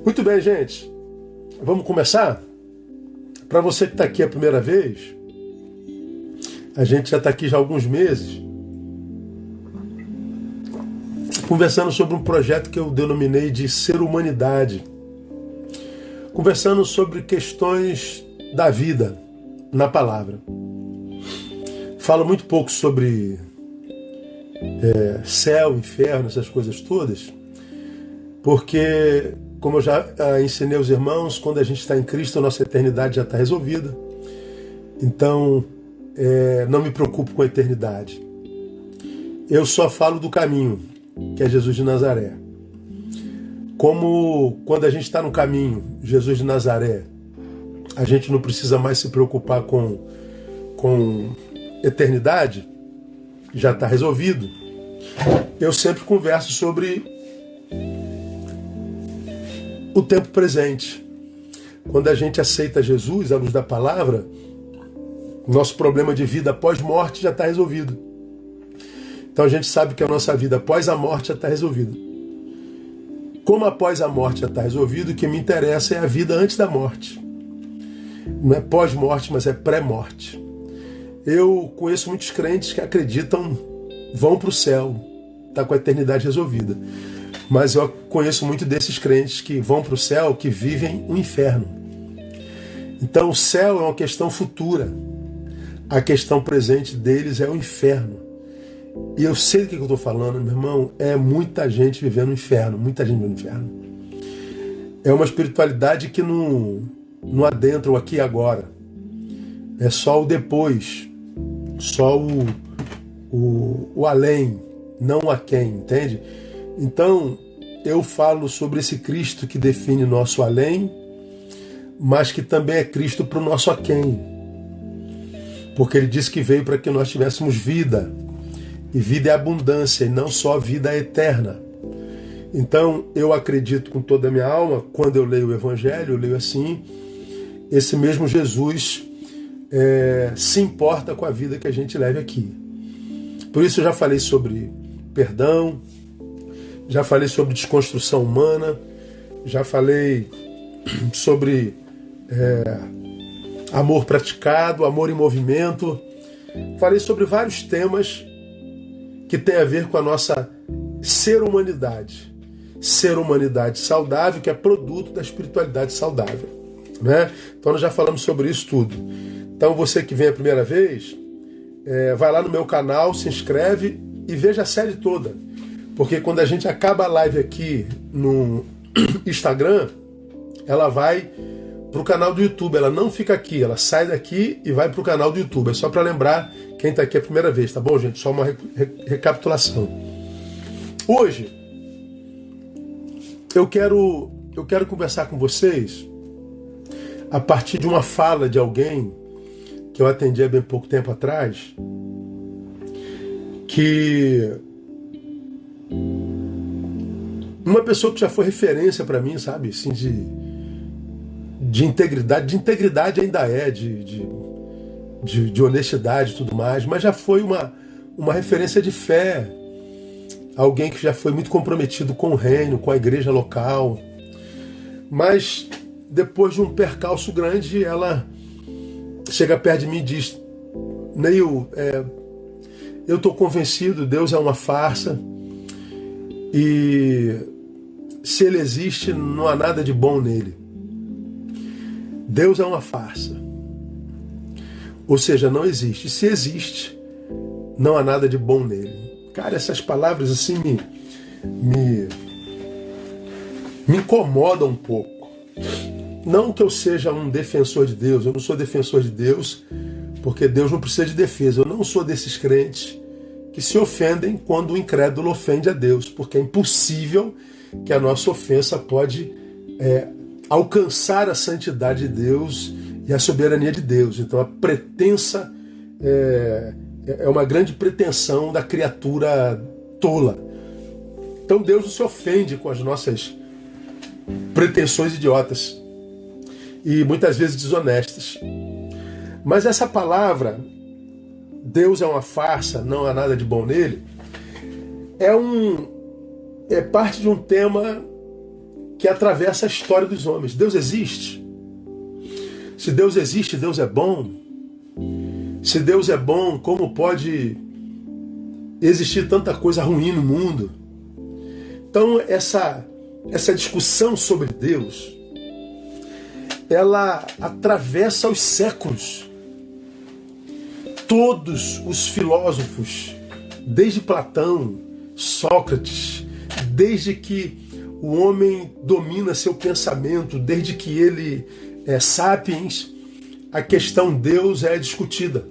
Muito bem, gente. Vamos começar? Para você que está aqui a primeira vez, a gente já está aqui já há alguns meses, conversando sobre um projeto que eu denominei de Ser Humanidade. Conversando sobre questões da vida na palavra. Falo muito pouco sobre céu, inferno, essas coisas todas, porque, como eu já ensinei aos irmãos, quando a gente está em Cristo, a nossa eternidade já está resolvida. Então, não me preocupo com a eternidade. Eu só falo do caminho, que é Jesus de Nazaré. Como quando a gente está no caminho, Jesus de Nazaré, a gente não precisa mais se preocupar com eternidade, já está resolvido. Eu sempre converso sobre o tempo presente. Quando a gente aceita Jesus, à luz da palavra, nosso problema de vida após morte já está resolvido. Então a gente sabe que a nossa vida após a morte já está resolvida. Como após a morte já está resolvido, o que me interessa é a vida antes da morte. Não é pós-morte, mas é pré-morte. Eu conheço muitos crentes que acreditam, vão para o céu, está com a eternidade resolvida. Mas eu conheço muito desses crentes que vão para o céu, que vivem o inferno. Então o céu é uma questão futura. A questão presente deles é o inferno. E eu sei do que eu estou falando, meu irmão, é muita gente vivendo no inferno, muita gente vivendo no inferno. É uma espiritualidade que não adentra o aqui e agora. É só o depois, só o além, não o aquém, entende? Então, eu falo sobre esse Cristo que define nosso além, mas que também é Cristo para o nosso aquém. Porque ele disse que veio para que nós tivéssemos vida. E vida é abundância, e não só vida eterna. Então, eu acredito com toda a minha alma, quando eu leio o Evangelho, eu leio assim, esse mesmo Jesus se importa com a vida que a gente leva aqui. Por isso eu já falei sobre perdão, já falei sobre desconstrução humana, já falei sobre amor praticado, amor em movimento. Falei sobre vários temas que tem a ver com a nossa ser-humanidade. Ser-humanidade saudável, que é produto da espiritualidade saudável. Né? Então nós já falamos sobre isso tudo. Então você que vem a primeira vez, vai lá no meu canal, se inscreve e veja a série toda. Porque quando a gente acaba a live aqui no Instagram, ela vai para o canal do YouTube. Ela não fica aqui, ela sai daqui e vai para o canal do YouTube. É só para lembrar quem está aqui a primeira vez, tá bom, gente? Só uma recapitulação. Hoje, eu quero conversar com vocês a partir de uma fala de alguém que eu atendi há bem pouco tempo atrás, que uma pessoa que já foi referência para mim, sabe, assim, de integridade ainda é, de honestidade e tudo mais, mas já foi uma referência de fé, alguém que já foi muito comprometido com o reino, com a igreja local, mas depois de um percalço grande, ela chega perto de mim e diz: Neil, eu estou convencido, Deus é uma farsa, e se ele existe, não há nada de bom nele. Deus é uma farsa. Ou seja, não existe. Se existe, não há nada de bom nele. Cara, essas palavras assim me incomodam um pouco. Não que eu seja um defensor de Deus, eu não sou defensor de Deus, porque Deus não precisa de defesa. Eu não sou desses crentes que se ofendem quando o incrédulo ofende a Deus, porque é impossível que a nossa ofensa pode alcançar a santidade de Deus e a soberania de Deus. Então a pretensa é uma grande pretensão da criatura tola. Então Deus não se ofende com as nossas pretensões idiotas e muitas vezes desonestas. Mas essa palavra, Deus é uma farsa, não há nada de bom nele, é parte de um tema que atravessa a história dos homens. Deus existe? Se Deus existe, Deus é bom. Se Deus é bom, como pode existir tanta coisa ruim no mundo? Então, essa discussão sobre Deus, ela atravessa os séculos. Todos os filósofos, desde Platão, Sócrates, desde que o homem domina seu pensamento, desde que ele é sapiens, a questão Deus é discutida.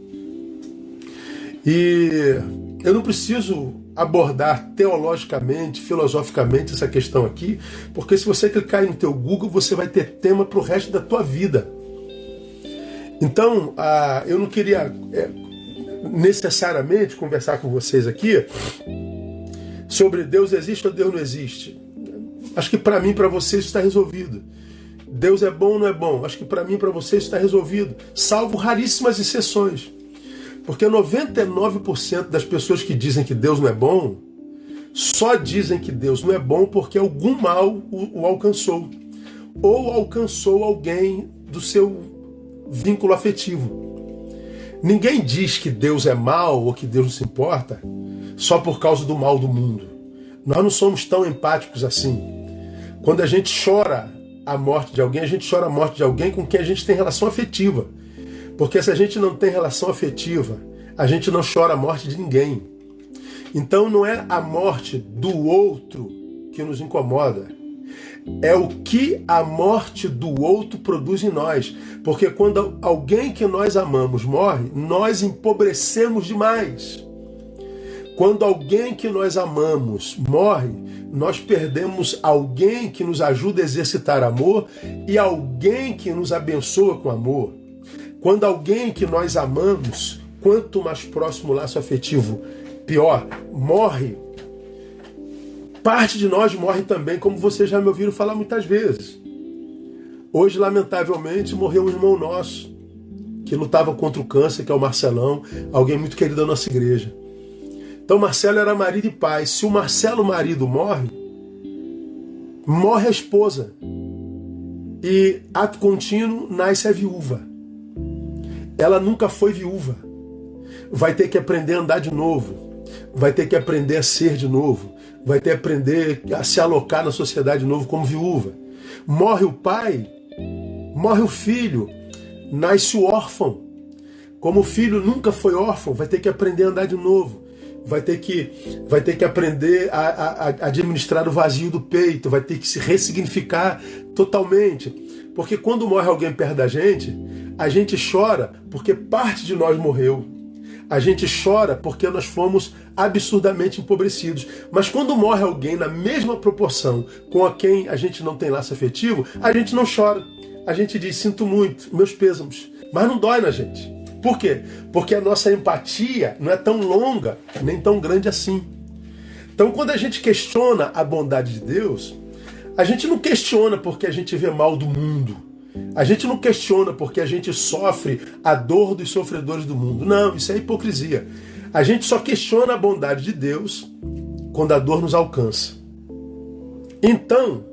E eu não preciso abordar teologicamente, filosoficamente essa questão aqui, porque se você clicar no teu Google, você vai ter tema para o resto da tua vida. Então, eu não queria necessariamente conversar com vocês aqui sobre Deus existe ou Deus não existe. Acho que para mim e para vocês isso está resolvido. Deus é bom ou não é bom? Acho que para mim e para vocês isso está resolvido. Salvo raríssimas exceções. Porque 99% das pessoas que dizem que Deus não é bom, só dizem que Deus não é bom porque algum mal o alcançou. Ou alcançou alguém do seu vínculo afetivo. Ninguém diz que Deus é mal ou que Deus não se importa só por causa do mal do mundo. Nós não somos tão empáticos assim. Quando a gente chora a morte de alguém, a gente chora a morte de alguém com quem a gente tem relação afetiva. Porque se a gente não tem relação afetiva, a gente não chora a morte de ninguém. Então não é a morte do outro que nos incomoda. É o que a morte do outro produz em nós. Porque quando alguém que nós amamos morre, nós empobrecemos demais. Quando alguém que nós amamos morre, nós perdemos alguém que nos ajuda a exercitar amor e alguém que nos abençoa com amor. Quando alguém que nós amamos, quanto mais próximo o laço afetivo, pior, morre, parte de nós morre também, como vocês já me ouviram falar muitas vezes. Hoje, lamentavelmente, morreu um irmão nosso, que lutava contra o câncer, que é o Marcelão, alguém muito querido da nossa igreja. Então, Marcelo era marido e pai. Se o Marcelo, o marido, morre a esposa. E, ato contínuo, nasce a viúva. Ela nunca foi viúva. Vai ter que aprender a andar de novo. Vai ter que aprender a ser de novo. Vai ter que aprender a se alocar na sociedade de novo como viúva. Morre o pai, morre o filho, nasce o órfão. Como o filho nunca foi órfão, vai ter que aprender a andar de novo. Vai ter que aprender a administrar o vazio do peito, vai ter que se ressignificar totalmente. Porque quando morre alguém perto da gente, a gente chora porque parte de nós morreu. A gente chora porque nós fomos absurdamente empobrecidos. Mas quando morre alguém na mesma proporção com a quem a gente não tem laço afetivo, a gente não chora. A gente diz, sinto muito, meus pêsames. Mas não dói na gente. Por quê? Porque a nossa empatia não é tão longa, nem tão grande assim. Então, quando a gente questiona a bondade de Deus, a gente não questiona porque a gente vê mal do mundo. A gente não questiona porque a gente sofre a dor dos sofredores do mundo. Não, isso é hipocrisia. A gente só questiona a bondade de Deus quando a dor nos alcança. Então,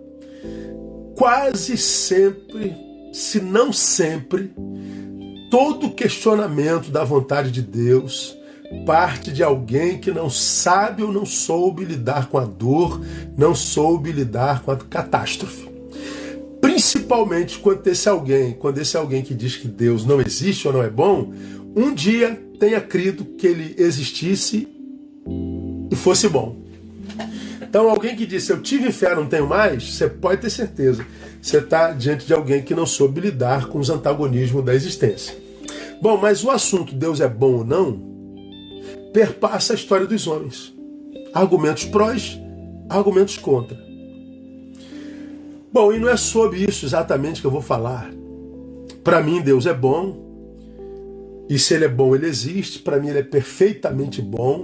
quase sempre, se não sempre, todo questionamento da vontade de Deus parte de alguém que não sabe ou não soube lidar com a dor, não soube lidar com a catástrofe. Principalmente quando esse alguém que diz que Deus não existe ou não é bom, um dia tenha crido que ele existisse e fosse bom. Então alguém que disse, eu tive fé, não tenho mais, você pode ter certeza. Você está diante de alguém que não soube lidar com os antagonismos da existência. Bom, mas o assunto Deus é bom ou não perpassa a história dos homens. Argumentos prós, argumentos contra. Bom, e não é sobre isso exatamente que eu vou falar. Para mim Deus é bom. E se Ele é bom, Ele existe. Para mim Ele é perfeitamente bom.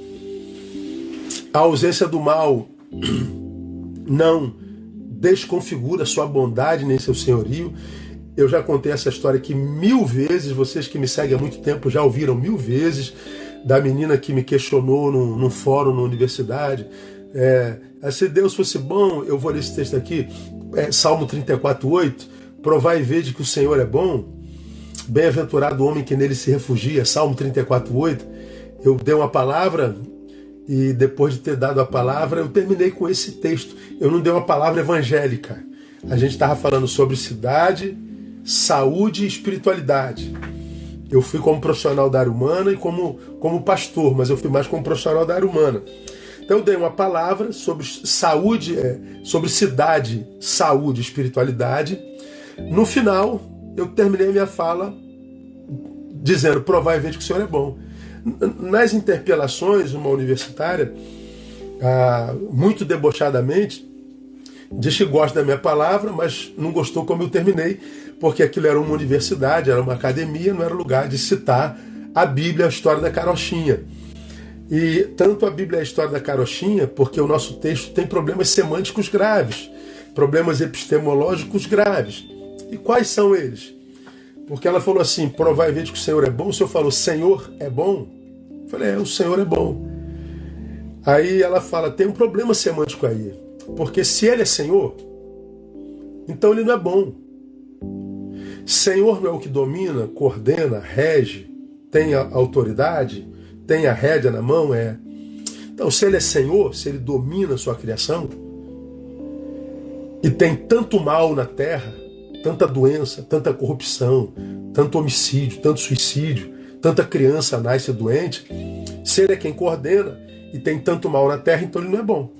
A ausência do mal não desconfigura sua bondade nem seu senhorio. Eu já contei essa história aqui 1000 vezes. Vocês que me seguem há muito tempo já ouviram 1000 vezes. Da menina que me questionou num fórum na universidade. Se Deus fosse bom, eu vou ler esse texto aqui, Salmo 34:8, provai e vede que o Senhor é bom, bem-aventurado o homem que nele se refugia, Salmo 34:8. Eu dei uma palavra e depois de ter dado a palavra, eu terminei com esse texto. Eu não dei uma palavra evangélica. A gente estava falando sobre cidade, saúde e espiritualidade. Eu fui como profissional da área humana e como pastor, mas eu fui mais como profissional da área humana. Então eu dei uma palavra sobre saúde, sobre cidade, saúde e espiritualidade. No final, eu terminei a minha fala dizendo, provai e vede que o Senhor é bom. Nas interpelações, uma universitária, muito debochadamente, diz que gosta da minha palavra, mas não gostou como eu terminei, porque aquilo era uma universidade, era uma academia, não era lugar de citar a Bíblia, a história da carochinha. E tanto a Bíblia é a história da carochinha, porque o nosso texto tem problemas semânticos graves, problemas epistemológicos graves. E quais são eles? Porque ela falou assim, provai e vede que o Senhor é bom. O Senhor falou, Senhor é bom? Eu falei, o Senhor é bom. Aí ela fala, tem um problema semântico aí. Porque se ele é Senhor, então ele não é bom. Senhor não é o que domina, coordena, rege, tem a autoridade, tem a rédea na mão, Então, se ele é Senhor, se ele domina a sua criação, e tem tanto mal na terra, tanta doença, tanta corrupção, tanto homicídio, tanto suicídio, tanta criança nasce doente, se ele é quem coordena e tem tanto mal na terra, então ele não é bom.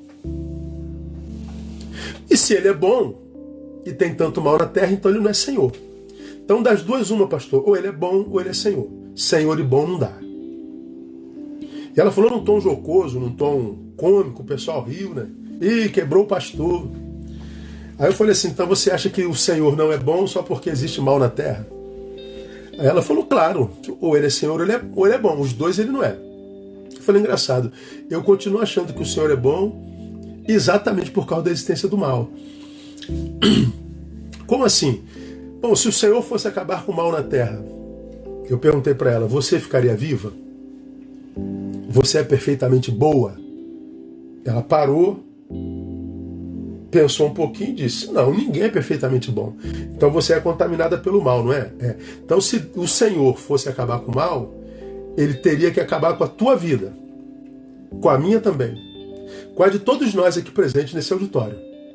E se ele é bom e tem tanto mal na terra, então ele não é Senhor. Então das duas uma, pastor, ou ele é bom ou ele é Senhor. Senhor e bom não dá. E ela falou num tom jocoso, num tom cômico, o pessoal riu, né? Ih, quebrou o pastor. Aí eu falei assim, então você acha que o Senhor não é bom só porque existe mal na terra? Aí ela falou, claro, ou ele é Senhor ou ele é bom, os dois ele não é. Eu falei, engraçado, eu continuo achando que o Senhor é bom exatamente por causa da existência do mal. Como assim? Bom, se o Senhor fosse acabar com o mal na terra, eu perguntei para ela, você ficaria viva? Você é perfeitamente boa? Ela parou, pensou um pouquinho e disse, não, ninguém é perfeitamente bom. Então você é contaminada pelo mal, não é? Então se o Senhor fosse acabar com o mal, ele teria que acabar com a tua vida, com a minha também, com a de todos nós aqui presentes nesse auditório.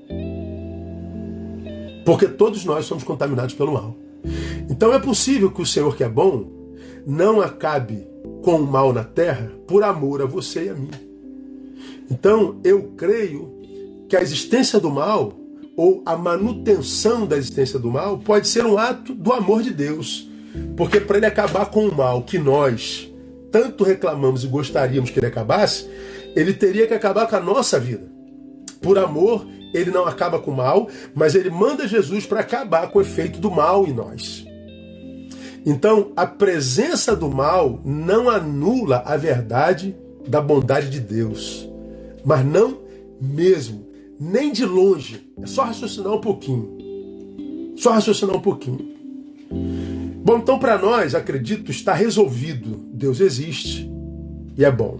Porque todos nós somos contaminados pelo mal. Então é possível que o Senhor, que é bom, não acabe com o mal na terra por amor a você e a mim. Então eu creio que a existência do mal, ou a manutenção da existência do mal, pode ser um ato do amor de Deus. Porque para ele acabar com o mal que nós tanto reclamamos e gostaríamos que ele acabasse, ele teria que acabar com a nossa vida. Por amor, ele não acaba com o mal, mas ele manda Jesus para acabar com o efeito do mal em nós. Então, a presença do mal não anula a verdade da bondade de Deus. Mas não mesmo, nem de longe. É só raciocinar um pouquinho. Só raciocinar um pouquinho. Bom, então para nós, acredito, está resolvido. Deus existe e é bom.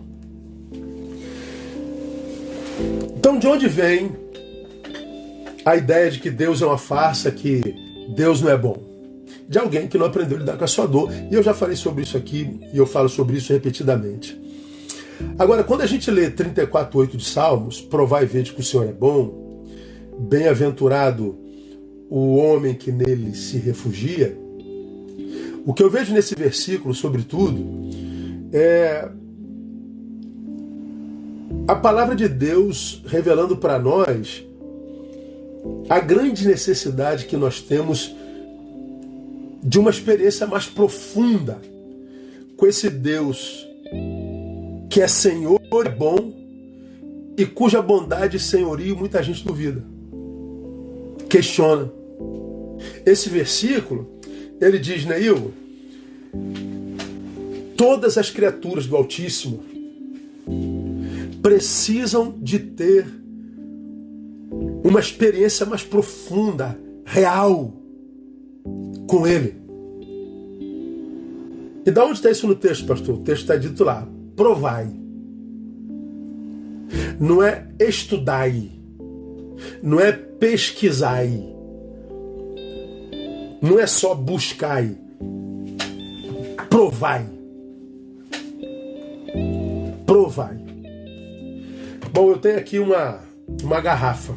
Então, de onde vem a ideia de que Deus é uma farsa, que Deus não é bom? De alguém que não aprendeu a lidar com a sua dor. E eu já falei sobre isso aqui, e eu falo sobre isso repetidamente. Agora, quando a gente lê 34:8 de Salmos, provai e vede que o Senhor é bom, bem-aventurado o homem que nele se refugia, o que eu vejo nesse versículo, sobretudo, é a palavra de Deus revelando para nós a grande necessidade que nós temos de uma experiência mais profunda com esse Deus que é Senhor, é bom, e cuja bondade e senhorio muita gente duvida, questiona. Esse versículo, ele diz, Neil, todas as criaturas do Altíssimo precisam de ter uma experiência mais profunda, real, com Ele. E de onde está isso no texto, pastor? O texto está dito lá, provai. Não é estudai. Não é pesquisai. Não é só buscai. Provai. Provai. Bom, eu tenho aqui uma garrafa.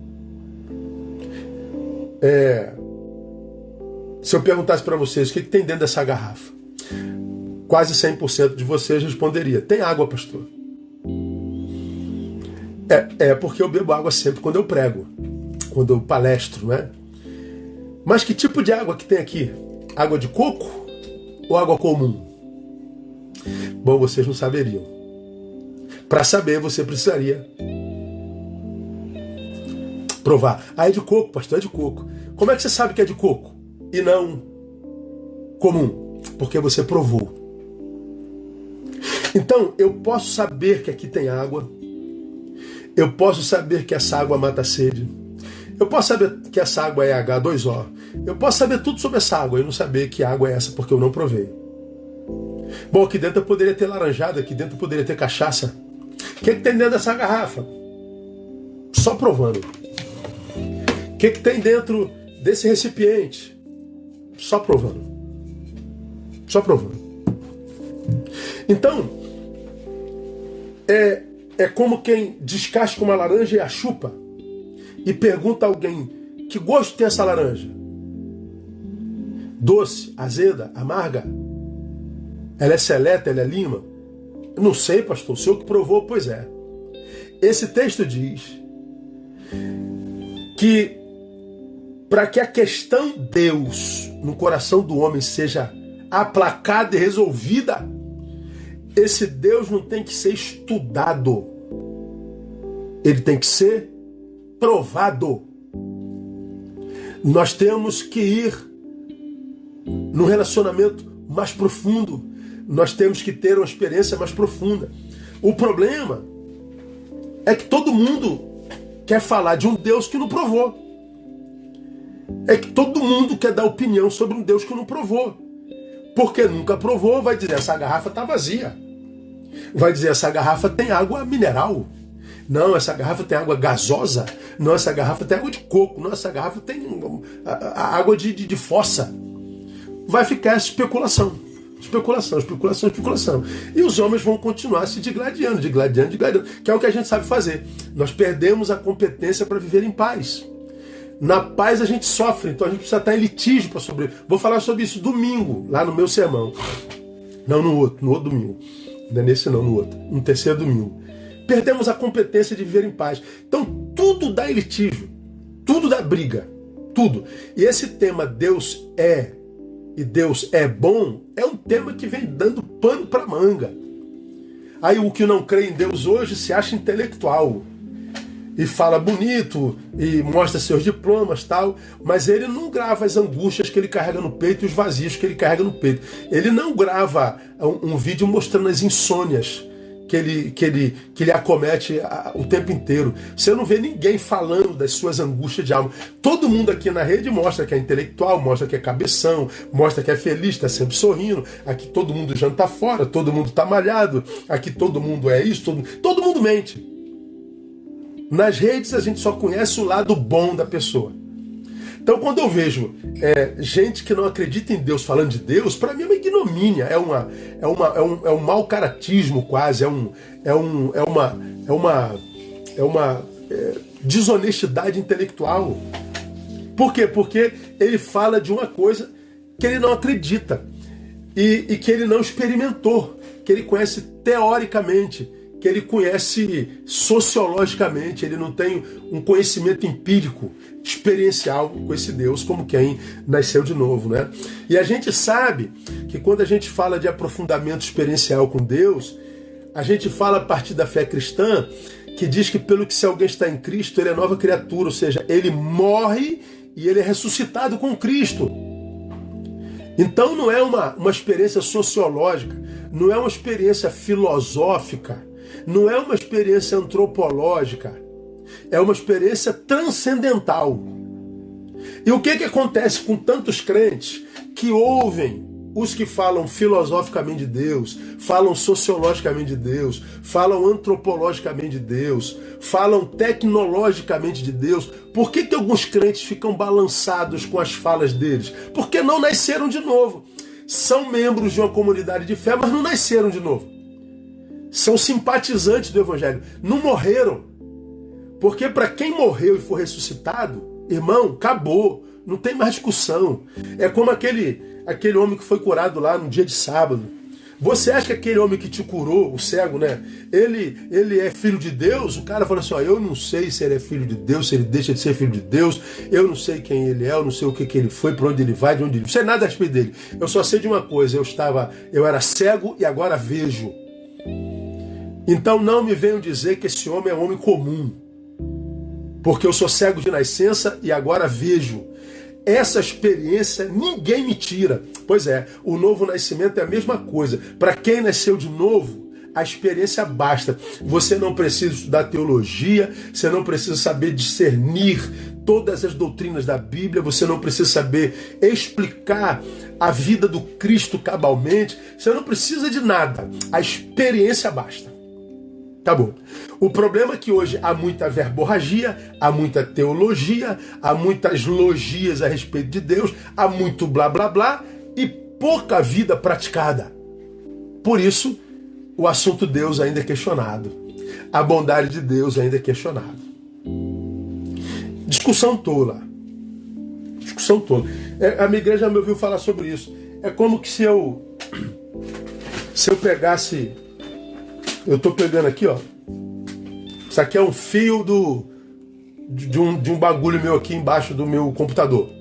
Se eu perguntasse para vocês o que tem dentro dessa garrafa, quase 100% de vocês responderia: tem água, pastor. Porque eu bebo água sempre quando eu prego, quando eu palestro, né? Mas que tipo de água que tem aqui? Água de coco ou água comum? Bom, vocês não saberiam. Para saber, você precisaria provar. É de coco, pastor, é de coco. Como é que você sabe que é de coco e não comum? Porque você provou. Então, eu posso saber que aqui tem água. Eu posso saber que essa água mata a sede. Eu posso saber que essa água é H2O. Eu posso saber tudo sobre essa água e não saber que água é essa porque eu não provei. Bom, aqui dentro eu poderia ter laranjada, aqui dentro eu poderia ter cachaça. O que tem dentro dessa garrafa? Só provando. O que tem dentro desse recipiente? Só provando. Só provando. Então, é como quem descasca uma laranja e a chupa e pergunta a alguém: que gosto tem essa laranja? Doce, azeda, amarga? Ela é seleta, ela é lima? Não sei, pastor, o senhor que provou. Pois é. Esse texto diz que para que a questão Deus no coração do homem seja aplacada e resolvida, esse Deus não tem que ser estudado. Ele tem que ser provado. Nós temos que ir num relacionamento mais profundo. Nós temos que ter uma experiência mais profunda. O problema é que todo mundo quer falar de um Deus que não provou. É que todo mundo quer dar opinião sobre um Deus que não provou. Porque nunca provou, vai dizer: essa garrafa está vazia. Vai dizer: essa garrafa tem água mineral. Não, essa garrafa tem água gasosa. Não, essa garrafa tem água de coco. Não, essa garrafa tem a água de fossa. Vai ficar essa especulação. Especulação. E os homens vão continuar se digladiando, que é o que a gente sabe fazer. Nós perdemos a competência para viver em paz. Na paz a gente sofre, então a gente precisa estar em litígio para sobreviver. Vou falar sobre isso domingo, lá no meu sermão. Não no outro domingo. Não é nesse não, no outro. No terceiro domingo. Perdemos a competência de viver em paz. Então tudo dá litígio. Tudo dá briga. Tudo. E esse tema Deus é e Deus é bom é um tema que vem dando pano para manga. Aí o que não crê em Deus hoje se acha intelectual. E fala bonito, e mostra seus diplomas, tal, mas ele não grava as angústias que ele carrega no peito e os vazios que ele carrega no peito. Ele não grava um vídeo mostrando as insônias que ele acomete o tempo inteiro. Você não vê ninguém falando das suas angústias de alma. Todo mundo aqui na rede mostra que é intelectual, mostra que é cabeção, mostra que é feliz, está sempre sorrindo. Aqui todo mundo janta fora, todo mundo está malhado, aqui todo mundo é isso, todo mundo mente. Nas redes a gente só conhece o lado bom da pessoa. Então quando eu vejo gente que não acredita em Deus falando de Deus, para mim é uma ignomínia, é um mau caratismo quase, é uma desonestidade intelectual. Por quê? Porque ele fala de uma coisa que ele não acredita e que ele não experimentou, que ele conhece teoricamente, que ele conhece sociologicamente, ele não tem um conhecimento empírico, experiencial com esse Deus, como quem nasceu de novo, né? E a gente sabe que quando a gente fala de aprofundamento experiencial com Deus, a gente fala a partir da fé cristã, que diz que pelo que se alguém está em Cristo, ele é nova criatura, ou seja, ele morre e ele é ressuscitado com Cristo. Então não é uma experiência sociológica, não é uma experiência filosófica, não é uma experiência antropológica, é uma experiência transcendental. E o que acontece com tantos crentes que ouvem os que falam filosoficamente de Deus, falam sociologicamente de Deus, falam antropologicamente de Deus, falam tecnologicamente de Deus, por que alguns crentes ficam balançados com as falas deles? Porque não nasceram de novo. São membros de uma comunidade de fé, mas não nasceram de novo. São simpatizantes do Evangelho, não morreram. Porque para quem morreu e for ressuscitado, irmão, acabou, não tem mais discussão. É como aquele homem que foi curado lá no dia de sábado. Você acha que aquele homem que te curou, o cego, né? Ele é filho de Deus? O cara fala assim, ó, eu não sei se ele é filho de Deus, se ele deixa de ser filho de Deus, eu não sei quem ele é, eu não sei o que ele foi, para onde ele vai, de onde ele... Não sei nada a respeito dele. Eu só sei de uma coisa, eu era cego e agora vejo. Então não me venham dizer que esse homem é um homem comum. Porque eu sou cego de nascença e agora vejo. Essa experiência ninguém me tira. Pois é, o novo nascimento é a mesma coisa. Para quem nasceu de novo, a experiência basta. Você não precisa estudar teologia, você não precisa saber discernir todas as doutrinas da Bíblia, você não precisa saber explicar a vida do Cristo cabalmente, você não precisa de nada. A experiência basta. Tá bom. O problema é que hoje há muita verborragia, há muita teologia, há muitas logias a respeito de Deus, há muito blá blá blá e pouca vida praticada. Por isso, o assunto Deus ainda é questionado. A bondade de Deus ainda é questionada. Discussão tola. Discussão tola. A minha igreja já me ouviu falar sobre isso. É como que se eu pegasse... Eu estou pegando aqui, ó. Isso aqui é um fio de um bagulho meu aqui embaixo do meu computador.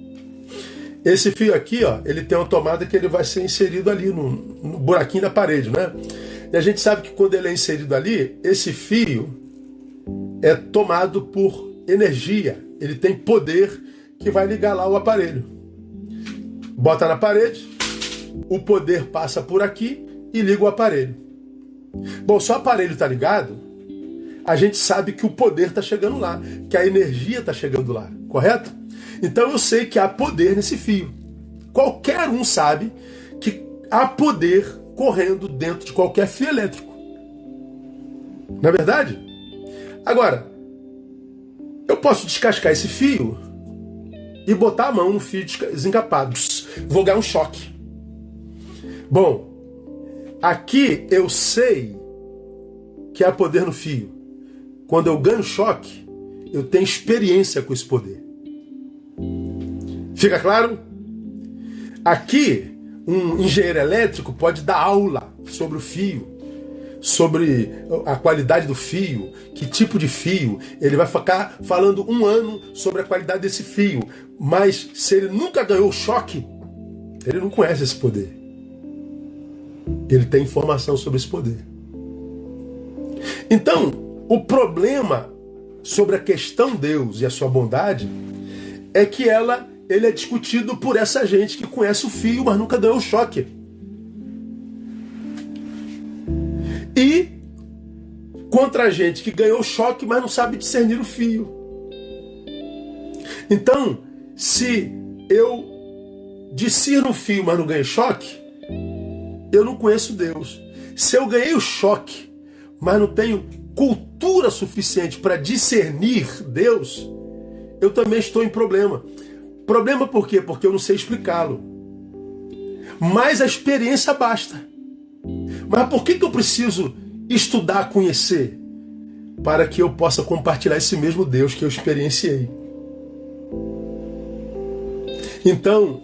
Esse fio aqui, ó, ele tem uma tomada que ele vai ser inserido ali no buraquinho da parede, né? E a gente sabe que quando ele é inserido ali, esse fio é tomado por energia. Ele tem poder que vai ligar lá o aparelho. Bota na parede, o poder passa por aqui e liga o aparelho. Bom, se o aparelho está ligado, a gente sabe que o poder está chegando lá, que a energia está chegando lá, correto? Então eu sei que há poder nesse fio. Qualquer um sabe que há poder correndo dentro de qualquer fio elétrico. Não é verdade? Agora, eu posso descascar esse fio e botar a mão no fio desencapado. Vou ganhar um choque. Bom, aqui eu sei que há poder no fio. Quando eu ganho choque, eu tenho experiência com esse poder. Fica claro? Aqui, um engenheiro elétrico pode dar aula sobre o fio, sobre a qualidade do fio, que tipo de fio. Ele vai ficar falando 1 ano sobre a qualidade desse fio. Mas se ele nunca ganhou choque, ele não conhece esse poder. Ele tem informação sobre esse poder. Então, o problema sobre a questão Deus e a sua bondade é que ele é discutido por essa gente que conhece o fio, mas nunca ganhou choque. E contra a gente que ganhou choque, mas não sabe discernir o fio. Então, se eu discerno o fio, mas não ganhei choque, eu não conheço Deus. Se eu ganhei o choque, mas não tenho cultura suficiente para discernir Deus, eu também estou em problema. Problema por quê? Porque eu não sei explicá-lo. Mas a experiência basta. Mas por que eu preciso estudar, conhecer? Para que eu possa compartilhar esse mesmo Deus que eu experienciei. Então,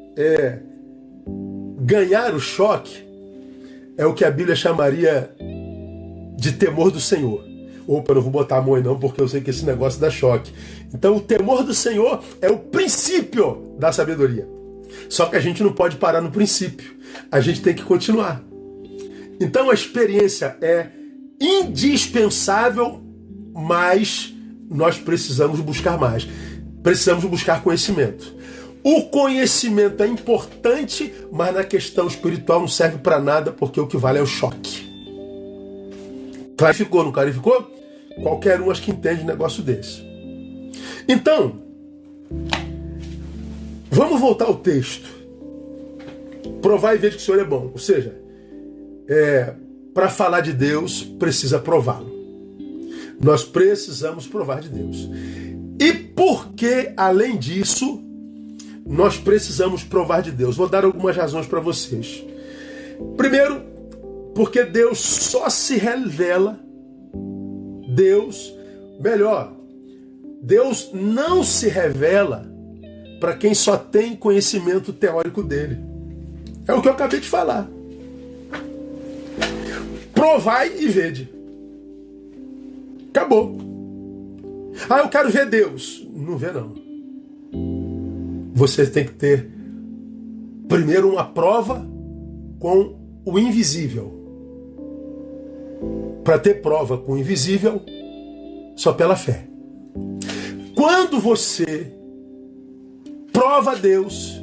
ganhar o choque é o que a Bíblia chamaria de temor do Senhor. Opa, eu não vou botar a mão aí não, porque eu sei que esse negócio dá choque. Então o temor do Senhor é o princípio da sabedoria. Só que a gente não pode parar no princípio. A gente tem que continuar. Então a experiência é indispensável, mas nós precisamos buscar mais. Precisamos buscar conhecimento. O conhecimento é importante, mas na questão espiritual não serve para nada, porque o que vale é o choque. Clarificou, não clarificou? Qualquer um acho que entende um negócio desse. Então, vamos voltar ao texto. Provar e ver que o Senhor é bom. Ou seja, para falar de Deus, precisa prová-lo. Nós precisamos provar de Deus. E porque, além disso, nós precisamos provar de Deus? Vou dar algumas razões para vocês. Primeiro, porque Deus só se revela. Deus não se revela para quem só tem conhecimento teórico dele. É o que eu acabei de falar. Provai e vede. Acabou. Ah, eu quero ver Deus. Não vê, não. Você tem que ter primeiro uma prova com o invisível. Para ter prova com o invisível, só pela fé. Quando você prova Deus,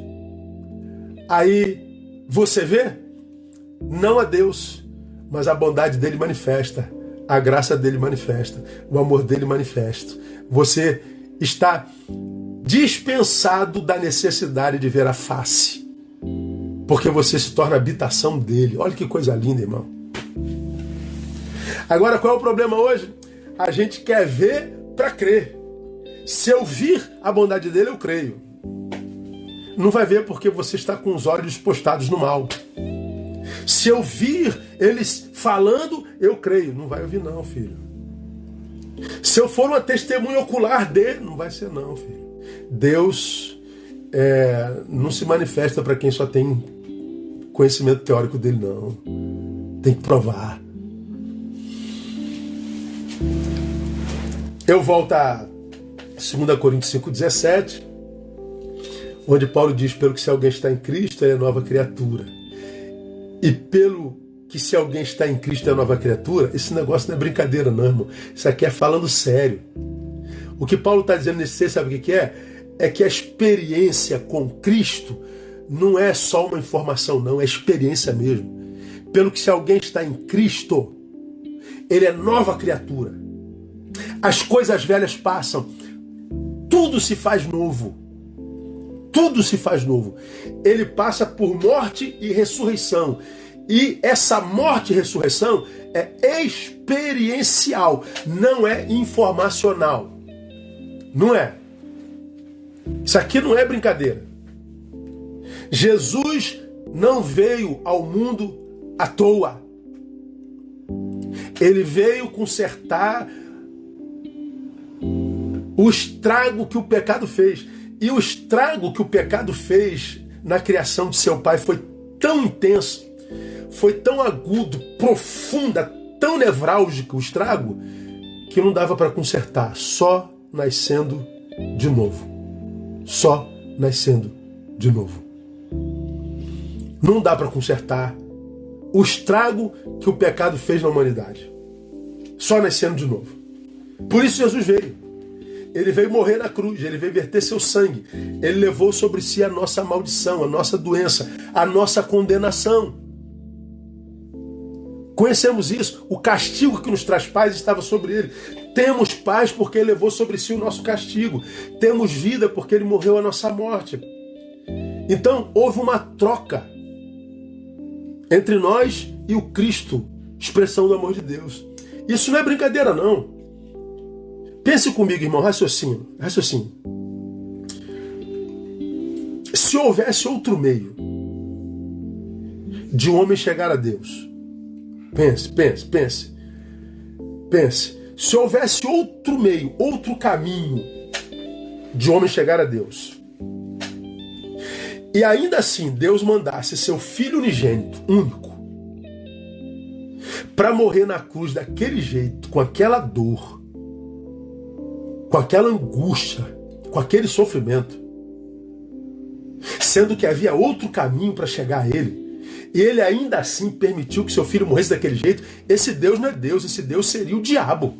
aí você vê, não a Deus, mas a bondade dele manifesta, a graça dele manifesta, o amor dele manifesta. Você está dispensado da necessidade de ver a face, porque você se torna habitação dele. Olha que coisa linda, irmão. Agora, qual é o problema hoje? A gente quer ver para crer. Se eu vir a bondade dele, eu creio. Não vai ver porque você está com os olhos postados no mal. Se eu vir eles falando, eu creio. Não vai ouvir não, filho. Se eu for uma testemunha ocular dele, não vai ser não, filho. Deus não se manifesta para quem só tem conhecimento teórico dele, não. Tem que provar. Eu volto a 2 Coríntios 5,17, onde Paulo diz: pelo que se alguém está em Cristo, ele é nova criatura. E pelo que se alguém está em Cristo é nova criatura, esse negócio não é brincadeira não, irmão. Isso aqui é falando sério. O que Paulo está dizendo nesse texto, sabe o que é? É que a experiência com Cristo não é só uma informação, não, é experiência mesmo. Pelo que se alguém está em Cristo, ele é nova criatura. As coisas velhas passam, tudo se faz novo. Tudo se faz novo. Ele passa por morte e ressurreição. E essa morte e ressurreição é experiencial, não é informacional. Não é. Isso aqui não é brincadeira. Jesus não veio ao mundo à toa. Ele veio consertar o estrago que o pecado fez. E o estrago que o pecado fez na criação de seu pai foi tão intenso, foi tão agudo, profunda, tão nevrálgico o estrago, que não dava para consertar, só nascendo de novo. Só nascendo de novo. Não dá para consertar o estrago que o pecado fez na humanidade. Só nascendo de novo. Por isso Jesus veio. Ele veio morrer na cruz, ele veio verter seu sangue. Ele levou sobre si a nossa maldição, a nossa doença, a nossa condenação. Conhecemos isso. O castigo que nos traz paz estava sobre ele. Temos paz porque ele levou sobre si o nosso castigo. Temos vida porque ele morreu a nossa morte. Então houve uma troca entre nós e o Cristo, expressão do amor de Deus. Isso não é brincadeira, não. Pense comigo, irmão, raciocínio. Se houvesse outro meio de um homem chegar a Deus, pense. Se houvesse outro meio, outro caminho de um homem chegar a Deus, e ainda assim Deus mandasse seu Filho unigênito, único, para morrer na cruz daquele jeito, com aquela dor, com aquela angústia, com aquele sofrimento, sendo que havia outro caminho para chegar a ele, e ele ainda assim permitiu que seu filho morresse daquele jeito, esse Deus não é Deus, esse Deus seria o diabo.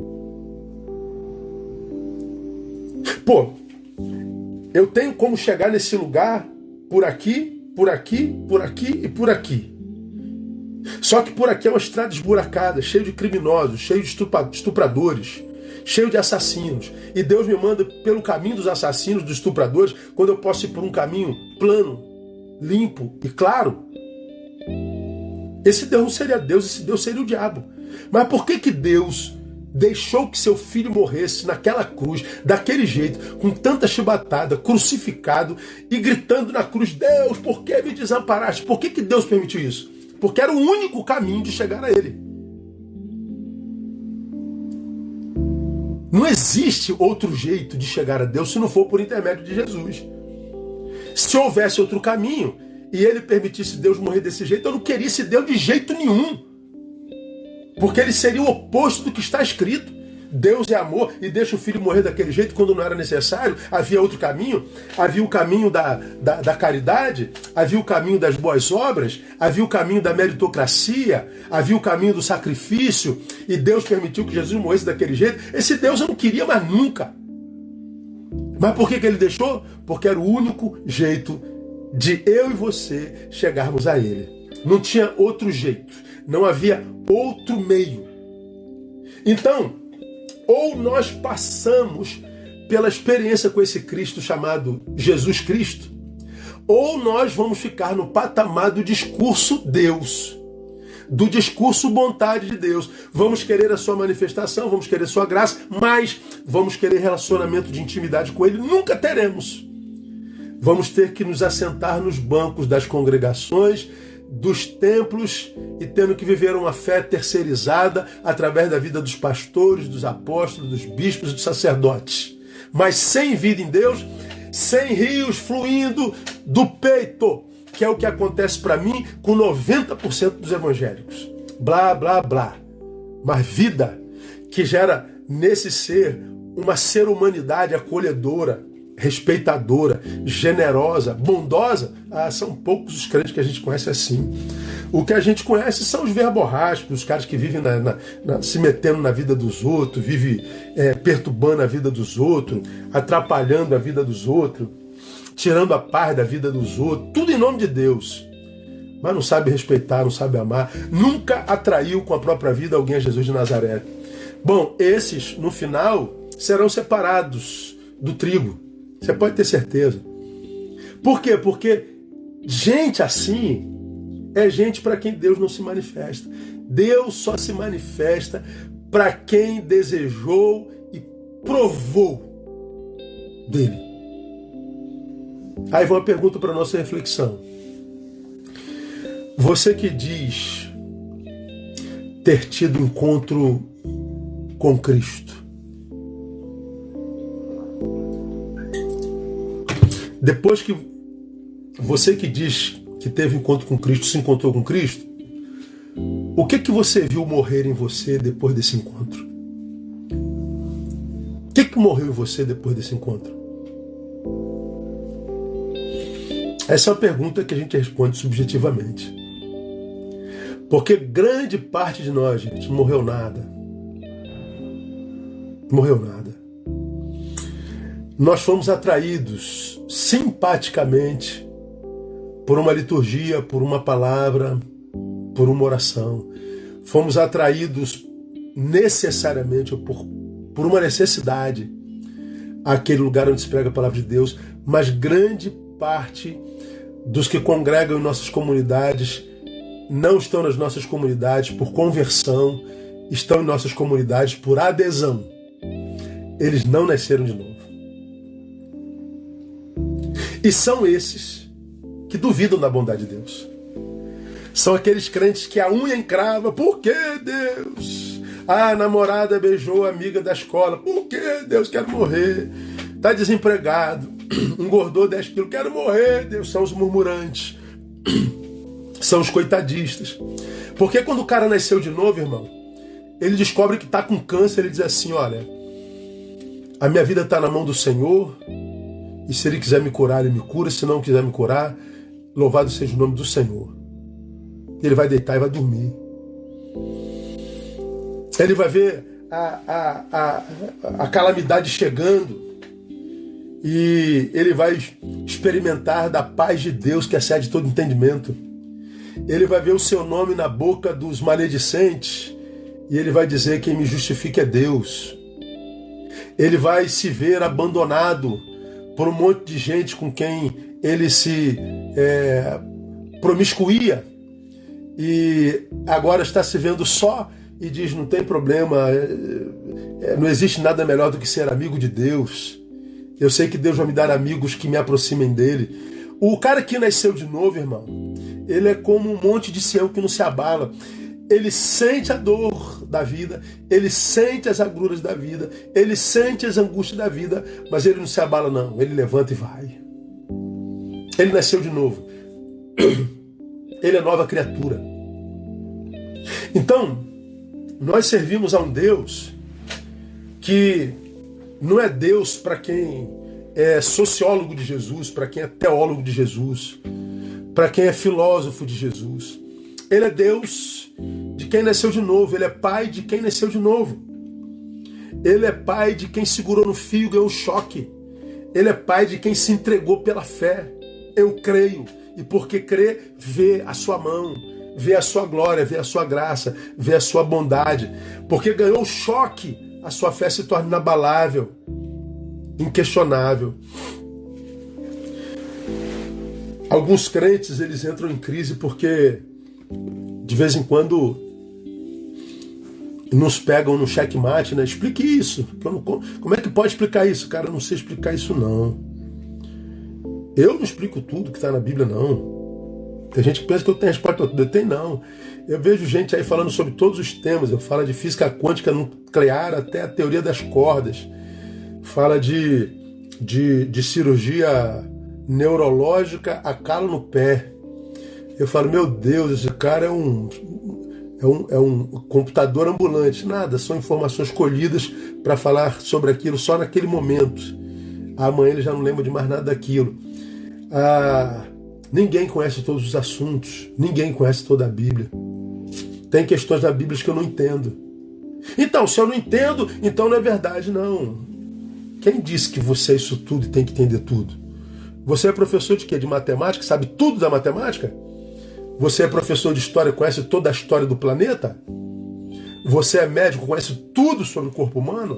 Pô, eu tenho como chegar nesse lugar por aqui, por aqui, por aqui e por aqui. Só que por aqui é uma estrada esburacada, cheia de criminosos, cheio de estupradores, cheio de assassinos. E Deus me manda pelo caminho dos assassinos, dos estupradores, quando eu posso ir por um caminho plano, limpo e claro, esse Deus não seria Deus, esse Deus seria o diabo. Mas por que Deus deixou que seu filho morresse naquela cruz, daquele jeito, com tanta chibatada, crucificado e gritando na cruz: Deus, por que me desamparaste? Por que Deus permitiu isso? Porque era o único caminho de chegar a Ele. Não existe outro jeito de chegar a Deus se não for por intermédio de Jesus. Se houvesse outro caminho e Ele permitisse Deus morrer desse jeito, eu não queria esse Deus de jeito nenhum. Porque ele seria o oposto do que está escrito. Deus é amor e deixa o filho morrer daquele jeito quando não era necessário. Havia outro caminho. Havia o caminho da caridade. Havia o caminho das boas obras. Havia o caminho da meritocracia. Havia o caminho do sacrifício. E Deus permitiu que Jesus morresse daquele jeito. Esse Deus eu não queria mais nunca. Mas por que ele deixou? Porque era o único jeito de eu e você chegarmos a Ele. Não tinha outro jeito. Não havia outro meio. Então, ou nós passamos pela experiência com esse Cristo chamado Jesus Cristo, ou nós vamos ficar no patamar do discurso Deus, do discurso vontade de Deus. Vamos querer a sua manifestação, vamos querer a sua graça, mas vamos querer relacionamento de intimidade com Ele. Nunca teremos. Vamos ter que nos assentar nos bancos das congregações, dos templos, e tendo que viver uma fé terceirizada através da vida dos pastores, dos apóstolos, dos bispos e dos sacerdotes. Mas sem vida em Deus, sem rios fluindo do peito, que é o que acontece para mim com 90% dos evangélicos. Blá, blá, blá. Mas vida que gera nesse ser uma ser-humanidade acolhedora, respeitadora, generosa, bondosa. São poucos os crentes que a gente conhece assim. O que a gente conhece são os verborrágicos, os caras que vivem se metendo na vida dos outros, vivem perturbando a vida dos outros, atrapalhando a vida dos outros, tirando a paz da vida dos outros, tudo em nome de Deus. Mas não sabe respeitar, não sabe amar, nunca atraiu com a própria vida alguém a Jesus de Nazaré. Bom, esses, no final, serão separados do trigo. Você pode ter certeza. Por quê? Porque gente assim é gente para quem Deus não se manifesta. Deus só se manifesta para quem desejou e provou dele. Aí vai uma pergunta para a nossa reflexão. Você que diz ter tido encontro com Cristo, depois que você que diz que teve encontro com Cristo, se encontrou com Cristo, o que você viu morrer em você depois desse encontro? O que morreu em você depois desse encontro? Essa é uma pergunta que a gente responde subjetivamente. Porque grande parte de nós, gente, não morreu nada. Não morreu nada. Nós fomos atraídos simpaticamente por uma liturgia, por uma palavra, por uma oração. Fomos atraídos necessariamente, ou por uma necessidade, àquele lugar onde se prega a palavra de Deus. Mas grande parte dos que congregam em nossas comunidades não estão nas nossas comunidades por conversão, estão em nossas comunidades por adesão. Eles não nasceram de novo. E são esses que duvidam da bondade de Deus. São aqueles crentes que a unha encrava. Por que Deus? A namorada beijou a amiga da escola. Por que Deus? Quero morrer. Está desempregado. Engordou 10 quilos. Quero morrer. Deus. São os murmurantes. São os coitadistas. Porque quando o cara nasceu de novo, irmão, ele descobre que está com câncer. Ele diz assim: olha, a minha vida está na mão do Senhor. E se Ele quiser me curar, Ele me cura. Se não quiser me curar, louvado seja o nome do Senhor. Ele vai deitar e vai dormir. Ele vai ver a calamidade chegando. E ele vai experimentar da paz de Deus que excede todo entendimento. Ele vai ver o seu nome na boca dos maledicentes. E ele vai dizer: quem me justifica é Deus. Ele vai se ver abandonado por um monte de gente com quem ele se promiscuía e agora está se vendo só e diz, não tem problema, não existe nada melhor do que ser amigo de Deus. Eu sei que Deus vai me dar amigos que me aproximem dele. O cara que nasceu de novo, irmão, ele é como um monte de Sião que não se abala. Ele sente a dor da vida, ele sente as agruras da vida, ele sente as angústias da vida, mas ele não se abala não, ele levanta e vai. Ele nasceu de novo. Ele é nova criatura. Então, nós servimos a um Deus que não é Deus para quem é sociólogo de Jesus, para quem é teólogo de Jesus, para quem é filósofo de Jesus. Ele é Deus de quem nasceu de novo. Ele é pai de quem nasceu de novo. Ele é pai de quem segurou no fio e ganhou o choque. Ele é pai de quem se entregou pela fé. Eu creio. E porque crê, vê a sua mão, vê a sua glória, vê a sua graça, vê a sua bondade. Porque ganhou o choque, a sua fé se torna inabalável, inquestionável. Alguns crentes, eles entram em crise porque de vez em quando nos pegam no checkmate, né? Explique isso. Como é que pode explicar isso? Cara, eu não sei explicar isso não. Eu não explico tudo que está na Bíblia, não. Tem gente que pensa que eu tenho resposta a tudo. Eu tenho, não. Eu vejo gente aí falando sobre todos os temas. Eu falo de física quântica nuclear até a teoria das cordas. Fala de cirurgia neurológica a calo no pé. Eu falo, meu Deus, esse cara é um computador ambulante. Nada, são informações colhidas para falar sobre aquilo só naquele momento. Amanhã ele já não lembra de mais nada daquilo. Ninguém conhece todos os assuntos. Ninguém conhece toda a Bíblia. Tem questões da Bíblia que eu não entendo. Então, se eu não entendo, então não é verdade, não. Quem disse que você é isso tudo e tem que entender tudo? Você é professor de quê? De matemática? Sabe tudo da matemática? Você é professor de história, conhece toda a história do planeta? Você é médico, conhece tudo sobre o corpo humano?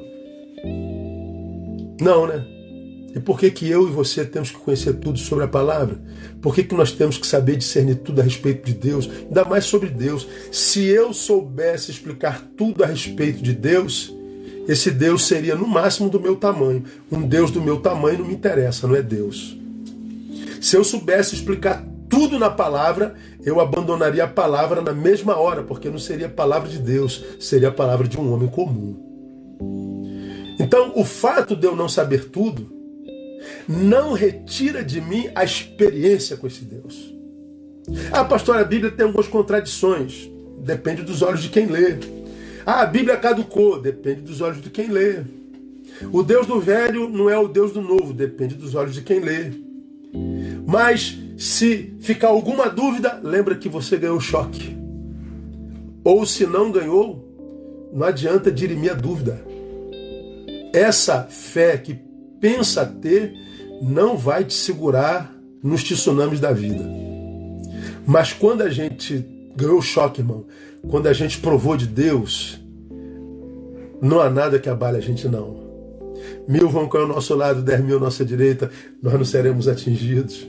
Não, né? E por que eu e você temos que conhecer tudo sobre a palavra? Por que nós temos que saber discernir tudo a respeito de Deus? Ainda mais sobre Deus. Se eu soubesse explicar tudo a respeito de Deus, esse Deus seria no máximo do meu tamanho. Um Deus do meu tamanho não me interessa, não é Deus. Se eu soubesse explicar tudo na palavra, eu abandonaria a palavra na mesma hora, porque não seria a palavra de Deus, seria a palavra de um homem comum. Então, o fato de eu não saber tudo não retira de mim a experiência com esse Deus. Pastor, a Bíblia tem algumas contradições. Depende dos olhos de quem lê. A Bíblia caducou. Depende dos olhos de quem lê. O Deus do velho não é o Deus do novo. Depende dos olhos de quem lê. Mas se ficar alguma dúvida, lembra que você ganhou o choque. Ou se não ganhou, não adianta dirimir a dúvida. Essa fé que pensa ter não vai te segurar nos tsunamis da vida. Mas quando a gente ganhou o choque, irmão, quando a gente provou de Deus, não há nada que abale a gente, não. 1000 vão cair ao nosso lado, 10.000 à nossa direita, nós não seremos atingidos.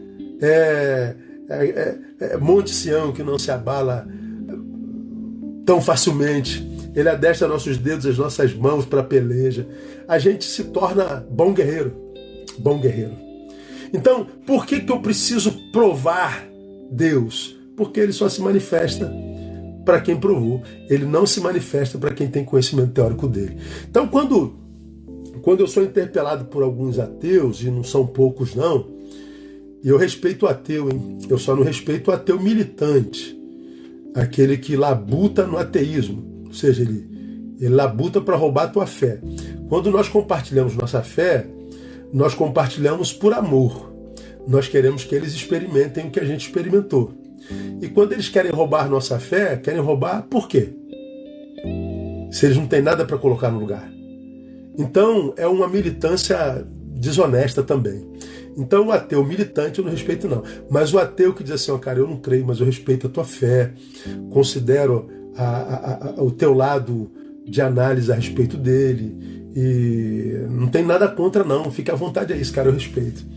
Monte Sião que não se abala tão facilmente. Ele adestra nossos dedos, as nossas mãos para a peleja. A gente se torna bom guerreiro. Bom guerreiro. Então, por que eu preciso provar Deus? Porque ele só se manifesta para quem provou. Ele não se manifesta para quem tem conhecimento teórico dele. Então, quando eu sou interpelado por alguns ateus, e não são poucos não, e eu respeito o ateu, hein? Eu só não respeito o ateu militante. Aquele que labuta no ateísmo. Ou seja, ele labuta para roubar a tua fé. Quando nós compartilhamos nossa fé, nós compartilhamos por amor. Nós queremos que eles experimentem o que a gente experimentou. E quando eles querem roubar nossa fé, querem roubar por quê? Se eles não têm nada para colocar no lugar. Então, é uma militância desonesta também. Então, o ateu militante eu não respeito, não. Mas o ateu que diz assim, cara, eu não creio, mas eu respeito a tua fé, considero o teu lado de análise a respeito dele, e não tem nada contra, não. Fica à vontade, é isso, cara, eu respeito.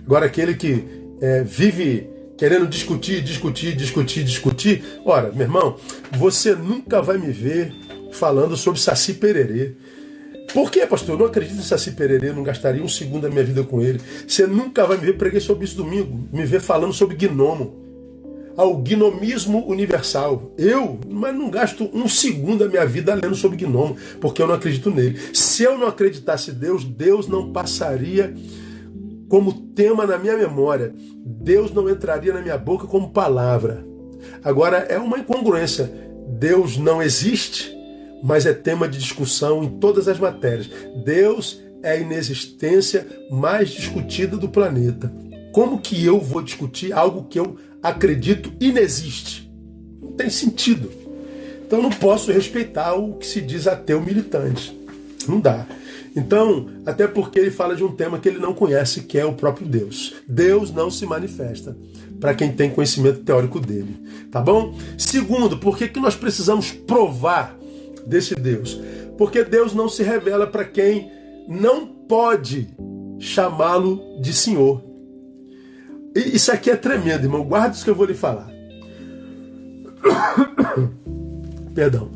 Agora, aquele que vive querendo discutir. Ora, meu irmão, você nunca vai me ver falando sobre Saci Pererê. Por quê, pastor? Eu não acredito em Saci Pererê, não gastaria um segundo da minha vida com ele. Você nunca vai me ver, preguei sobre isso domingo, me ver falando sobre gnomo. Ao gnomismo universal. Mas não gasto um segundo da minha vida lendo sobre gnomo, porque eu não acredito nele. Se eu não acreditasse em Deus, Deus não passaria como tema na minha memória. Deus não entraria na minha boca como palavra. Agora, é uma incongruência. Deus não existe, mas é tema de discussão em todas as matérias. Deus é a inexistência mais discutida do planeta. Como que eu vou discutir algo que eu acredito inexiste? Não tem sentido. Então não posso respeitar o que se diz ateu militante. Não dá. Então, até porque ele fala de um tema que ele não conhece, que é o próprio Deus. Deus não se manifesta para quem tem conhecimento teórico dele. Tá bom? Segundo, por que nós precisamos provar desse Deus? Porque Deus não se revela para quem não pode chamá-lo de Senhor. E isso aqui é tremendo, irmão. Guarda isso que eu vou lhe falar. Perdão.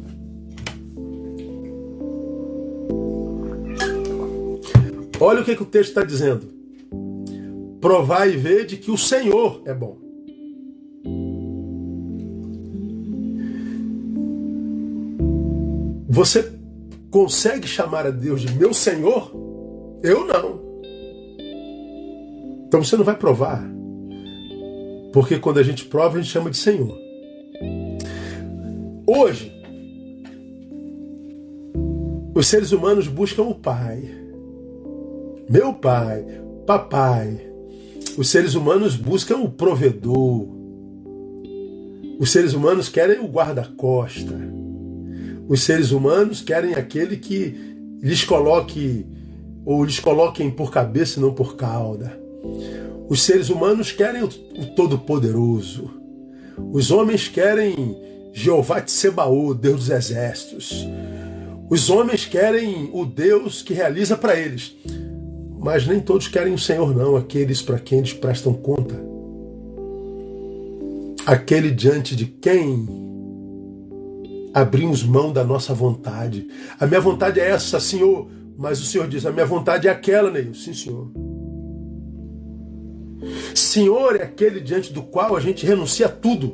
Olha o que o texto está dizendo. Provai e vede que o Senhor é bom. Você consegue chamar a Deus de meu Senhor? Eu não. Então você não vai provar. Porque quando a gente prova, a gente chama de Senhor. Hoje, os seres humanos buscam o Pai. Meu pai, papai. Os seres humanos buscam o provedor. Os seres humanos querem o guarda-costa. Os seres humanos querem aquele que lhes coloque, ou lhes coloquem por cabeça e não por cauda. Os seres humanos querem o Todo-Poderoso. Os homens querem Jeová Tsebaô, Deus dos exércitos. Os homens querem o Deus que realiza para eles. Mas nem todos querem o Senhor, não. Aqueles para quem eles prestam conta. Aquele diante de quem abrimos mão da nossa vontade. A minha vontade é essa, Senhor. Mas o Senhor diz, a minha vontade é aquela, Neil. Sim, Senhor. Senhor é aquele diante do qual a gente renuncia a tudo.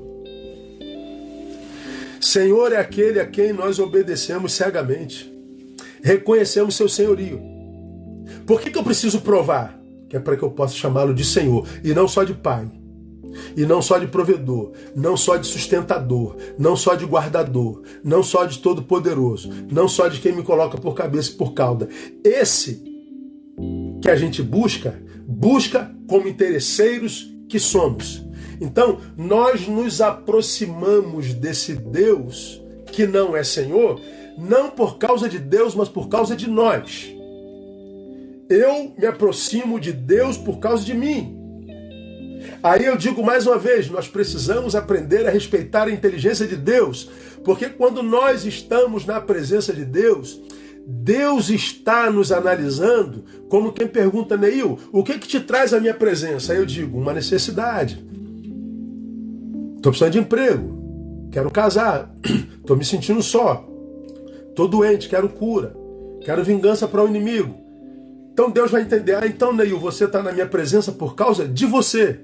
Senhor é aquele a quem nós obedecemos cegamente. Reconhecemos seu senhorio. Por que eu preciso provar? Que é para que eu possa chamá-lo de Senhor. E não só de Pai. E não só de provedor. Não só de sustentador. Não só de guardador. Não só de todo-poderoso. Não só de quem me coloca por cabeça e por cauda. Esse que a gente busca como interesseiros que somos. Então, nós nos aproximamos desse Deus que não é Senhor, não por causa de Deus, mas por causa de nós. Eu me aproximo de Deus por causa de mim. Aí eu digo mais uma vez, nós precisamos aprender a respeitar a inteligência de Deus, porque quando nós estamos na presença de Deus, Deus está nos analisando como quem pergunta, Neil, o que te traz a minha presença? Aí eu digo, uma necessidade. Estou precisando de emprego, quero casar, estou me sentindo só, estou doente, quero cura, quero vingança para o inimigo. Então Deus vai entender, então Neil, você está na minha presença por causa de você.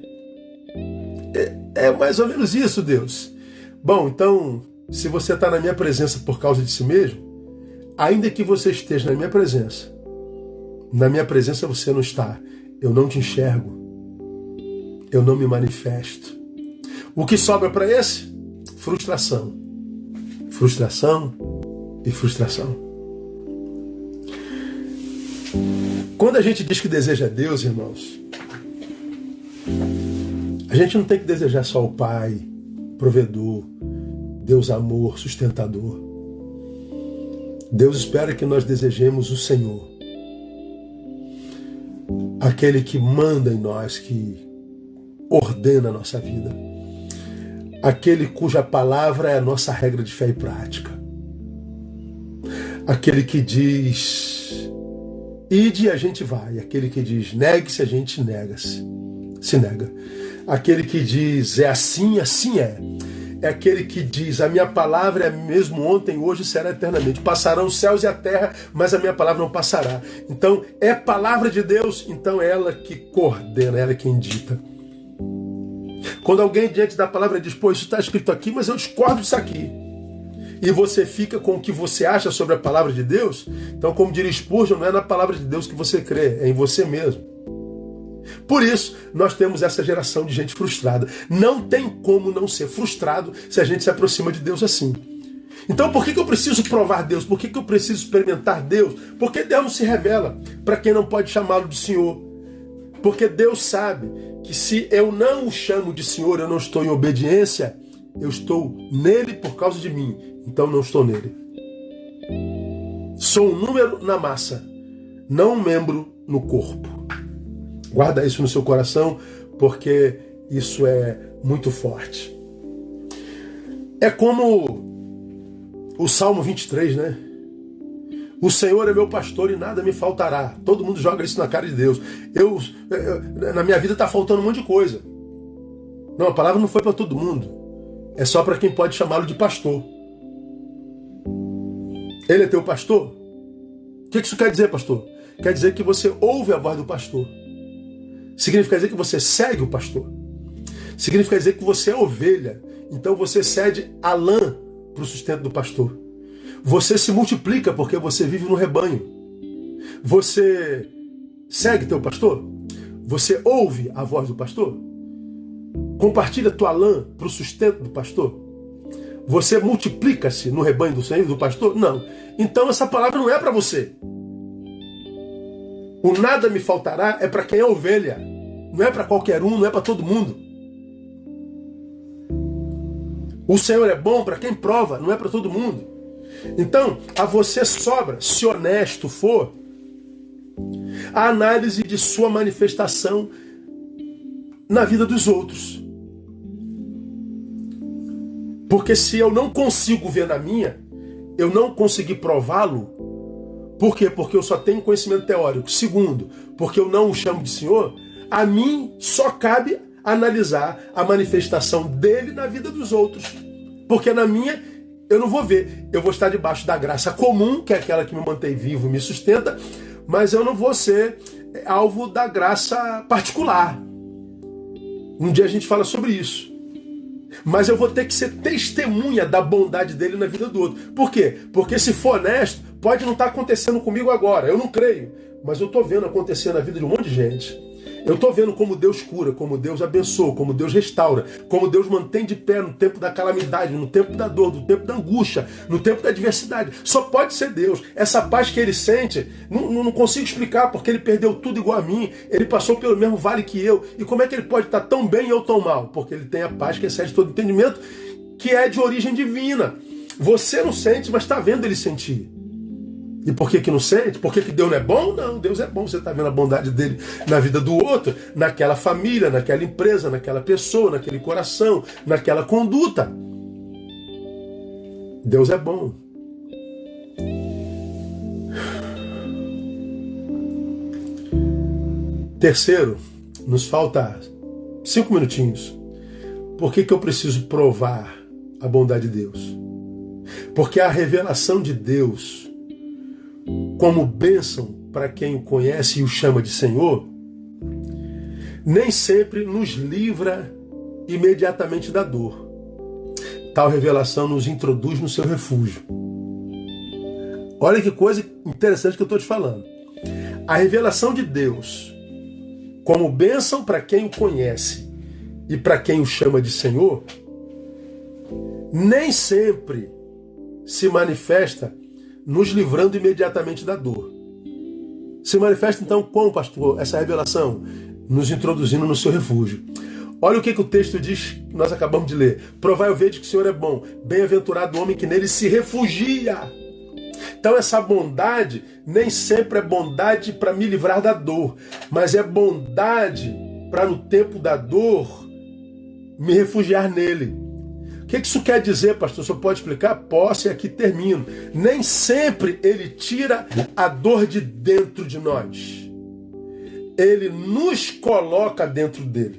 É mais ou menos isso, Deus. Bom, então, se você está na minha presença por causa de si mesmo, ainda que você esteja na minha presença você não está. Eu não te enxergo. Eu não me manifesto. O que sobra para esse? Frustração. Frustração e frustração. Quando a gente diz que deseja Deus, irmãos, a gente não tem que desejar só o Pai, provedor, Deus amor, sustentador. Deus espera que nós desejemos o Senhor. Aquele que manda em nós, que ordena a nossa vida. Aquele cuja palavra é a nossa regra de fé e prática. Aquele que diz, Ide, a gente vai. Aquele que diz negue-se, a gente nega-se. Se nega. Aquele que diz é assim, assim é. É aquele que diz a minha palavra é mesmo ontem, hoje será eternamente. Passarão os céus e a terra, mas a minha palavra não passará. Então é palavra de Deus, então é ela que coordena, ela é quem dita. Quando alguém diante da palavra diz, pô, isso está escrito aqui, mas eu discordo disso aqui. E você fica com o que você acha sobre a palavra de Deus, então, como diria Spurgeon, não é na palavra de Deus que você crê, é em você mesmo. Por isso, nós temos essa geração de gente frustrada. Não tem como não ser frustrado se a gente se aproxima de Deus assim. Então, por que eu preciso provar Deus? Por que eu preciso experimentar Deus? Porque Deus não se revela para quem não pode chamá-lo de Senhor. Porque Deus sabe que se eu não o chamo de Senhor, eu não estou em obediência, eu estou nele por causa de mim. Então, não estou nele. Sou um número na massa, não um membro no corpo. Guarda isso no seu coração, porque isso é muito forte. É como o Salmo 23, né? O Senhor é meu pastor e nada me faltará. Todo mundo joga isso na cara de Deus. Na minha vida está faltando um monte de coisa. Não, a palavra não foi para todo mundo. É só para quem pode chamá-lo de pastor. Ele é teu pastor? O que isso quer dizer, pastor? Quer dizer que você ouve a voz do pastor. Significa dizer que você segue o pastor. Significa dizer que você é ovelha. Então você cede a lã para o sustento do pastor. Você se multiplica porque você vive no rebanho. Você segue teu pastor? Você ouve a voz do pastor? Compartilha tua lã para o sustento do pastor? Você multiplica-se no rebanho do Senhor, do pastor? Não. Então essa palavra não é para você. O nada me faltará é para quem é ovelha. Não é para qualquer um, não é para todo mundo. O Senhor é bom para quem prova, não é para todo mundo. Então, a você sobra, se honesto for, a análise de sua manifestação na vida dos outros. Porque se eu não consigo ver na minha, eu não consegui prová-lo. Por quê? Porque eu só tenho conhecimento teórico. Segundo, porque eu não o chamo de Senhor, a mim só cabe analisar a manifestação dele na vida dos outros. Porque na minha, eu não vou ver. Eu vou estar debaixo da graça comum, que é aquela que me mantém vivo e me sustenta, mas eu não vou ser alvo da graça particular. Um dia a gente fala sobre isso. Mas eu vou ter que ser testemunha da bondade dele na vida do outro. Por quê? Porque se for honesto, pode não estar acontecendo comigo agora. Eu não creio. Mas eu estou vendo acontecer na vida de um monte de gente. Eu estou vendo como Deus cura, como Deus abençoa, como Deus restaura, como Deus mantém de pé no tempo da calamidade, no tempo da dor, no tempo da angústia, no tempo da adversidade. Só pode ser Deus. Essa paz que ele sente, não consigo explicar, porque ele perdeu tudo igual a mim, ele passou pelo mesmo vale que eu. E como é que ele pode estar tão bem e eu tão mal? Porque ele tem a paz que excede todo entendimento, que é de origem divina. Você não sente, mas está vendo ele sentir. E por que não sente? Por que Deus não é bom? Não, Deus é bom. Você está vendo a bondade dele na vida do outro, naquela família, naquela empresa, naquela pessoa, naquele coração, naquela conduta. Deus é bom. Terceiro, nos falta 5 minutinhos. Por que eu preciso provar a bondade de Deus? Porque a revelação de Deus como bênção para quem o conhece e o chama de Senhor, nem sempre nos livra imediatamente da dor. Tal revelação nos introduz no seu refúgio. Olha que coisa interessante que eu estou te falando. A revelação de Deus, como bênção para quem o conhece e para quem o chama de Senhor, nem sempre se manifesta nos livrando imediatamente da dor. Se manifesta então como, pastor, essa revelação? Nos introduzindo no seu refúgio. Olha o que o texto diz, que nós acabamos de ler. Provai e vede que o Senhor é bom. Bem-aventurado o homem que nele se refugia. Então essa bondade nem sempre é bondade para me livrar da dor, mas é bondade para no tempo da dor me refugiar nele. O que isso quer dizer, pastor? O senhor pode explicar? Posso, e aqui termino. Nem sempre ele tira a dor de dentro de nós. Ele nos coloca dentro dele.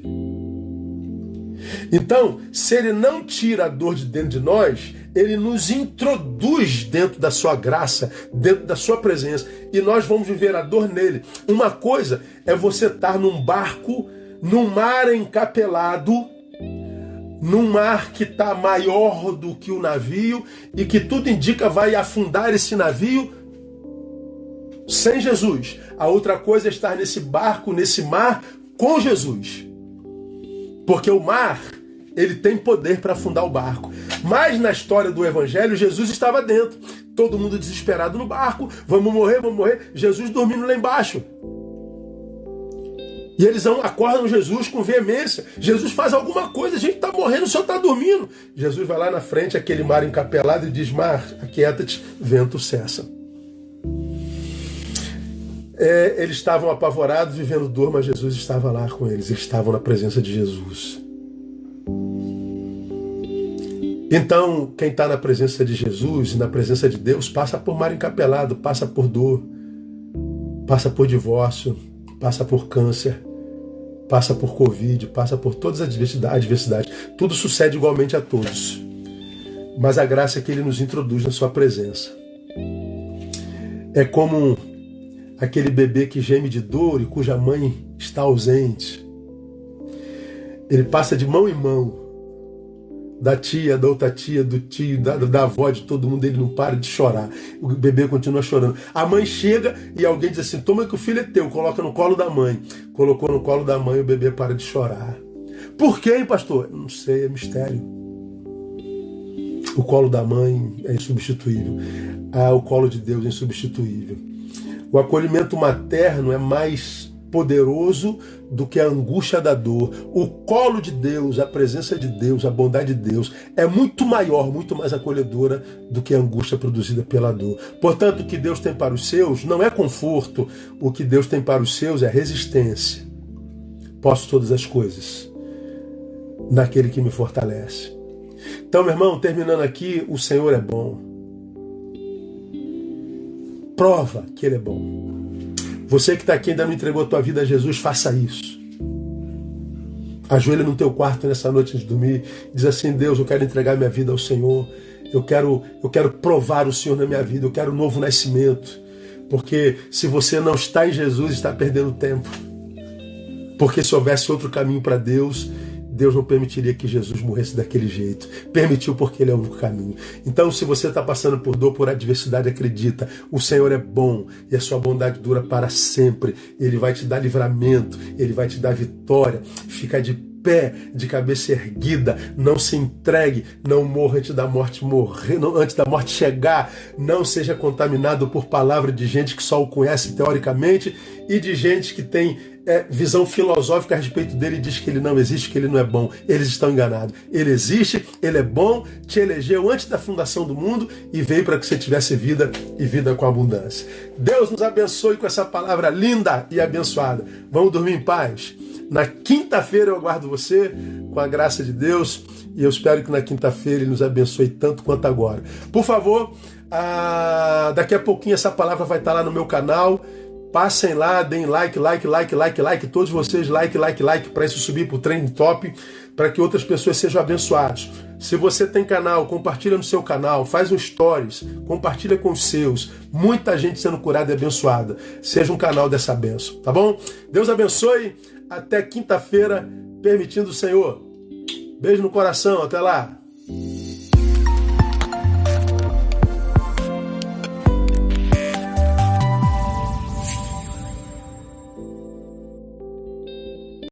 Então, se ele não tira a dor de dentro de nós, ele nos introduz dentro da sua graça, dentro da sua presença, e nós vamos viver a dor nele. Uma coisa é você estar num barco, num mar encapelado, num mar que está maior do que o navio e que tudo indica vai afundar esse navio sem Jesus. A outra coisa é estar nesse barco, nesse mar, com Jesus. Porque o mar, ele tem poder para afundar o barco. Mas na história do Evangelho, Jesus estava dentro. Todo mundo desesperado no barco. Vamos morrer, vamos morrer. Jesus dormindo lá embaixo. E eles acordam Jesus com veemência. Jesus faz alguma coisa, a gente está morrendo, o senhor está dormindo. Jesus vai lá na frente, aquele mar encapelado, e diz: mar, aquieta-te, vento cessa. Eles estavam apavorados, vivendo dor, mas Jesus estava lá com eles. Eles estavam na presença de Jesus. Então, quem está na presença de Jesus e na presença de Deus, passa por mar encapelado, passa por dor, passa por divórcio, passa por câncer, passa por Covid, passa por todas as adversidades. Tudo sucede igualmente a todos. Mas a graça é que ele nos introduz na sua presença. É como aquele bebê que geme de dor e cuja mãe está ausente. Ele passa de mão em mão, da tia, da outra tia, do tio, da avó, de todo mundo. Ele não para de chorar. O bebê continua chorando. A mãe chega e alguém diz assim: toma que o filho é teu, coloca no colo da mãe. Colocou no colo da mãe, o bebê para de chorar. Por quê, hein, pastor? Não sei, é mistério. O colo da mãe é insubstituível. O colo de Deus é insubstituível. O acolhimento materno é mais poderoso do que a angústia da dor. O colo de Deus, a presença de Deus, a bondade de Deus é muito maior, muito mais acolhedora do que a angústia produzida pela dor. Portanto, o que Deus tem para os seus não é conforto. O que Deus tem para os seus é resistência. Posso todas as coisas naquele que me fortalece. Então, meu irmão, terminando aqui, o Senhor é bom. Prova que Ele é bom. Você que está aqui ainda não entregou a tua vida a Jesus, faça isso. Ajoelha no teu quarto nessa noite de dormir. Diz assim: Deus, eu quero entregar minha vida ao Senhor. Eu quero provar o Senhor na minha vida. Eu quero um novo nascimento. Porque se você não está em Jesus, está perdendo tempo. Porque se houvesse outro caminho para Deus, Deus não permitiria que Jesus morresse daquele jeito. Permitiu porque Ele é o único caminho. Então, se você está passando por dor, por adversidade, acredita. O Senhor é bom e a sua bondade dura para sempre. Ele vai te dar livramento, Ele vai te dar vitória. Fica de pé, de cabeça erguida. Não se entregue, não morra antes da morte antes da morte chegar. Não seja contaminado por palavra de gente que só o conhece teoricamente e de gente que tem visão filosófica a respeito dele e diz que ele não existe, que ele não é bom. Eles estão enganados. Ele existe, ele é bom, te elegeu antes da fundação do mundo e veio para que você tivesse vida e vida com abundância. Deus nos abençoe com essa palavra linda e abençoada. Vamos dormir em paz. Na quinta-feira eu aguardo você com a graça de Deus e eu espero que na quinta-feira Ele nos abençoe tanto quanto agora. Por favor, daqui a pouquinho essa palavra vai estar lá no meu canal. Passem lá, deem like, todos vocês, like, para isso subir para o Trending Top, para que outras pessoas sejam abençoadas. Se você tem canal, compartilha no seu canal, faz um stories, compartilha com os seus. Muita gente sendo curada e abençoada. Seja um canal dessa bênção, tá bom? Deus abençoe, até quinta-feira, permitindo o Senhor. Beijo no coração, até lá.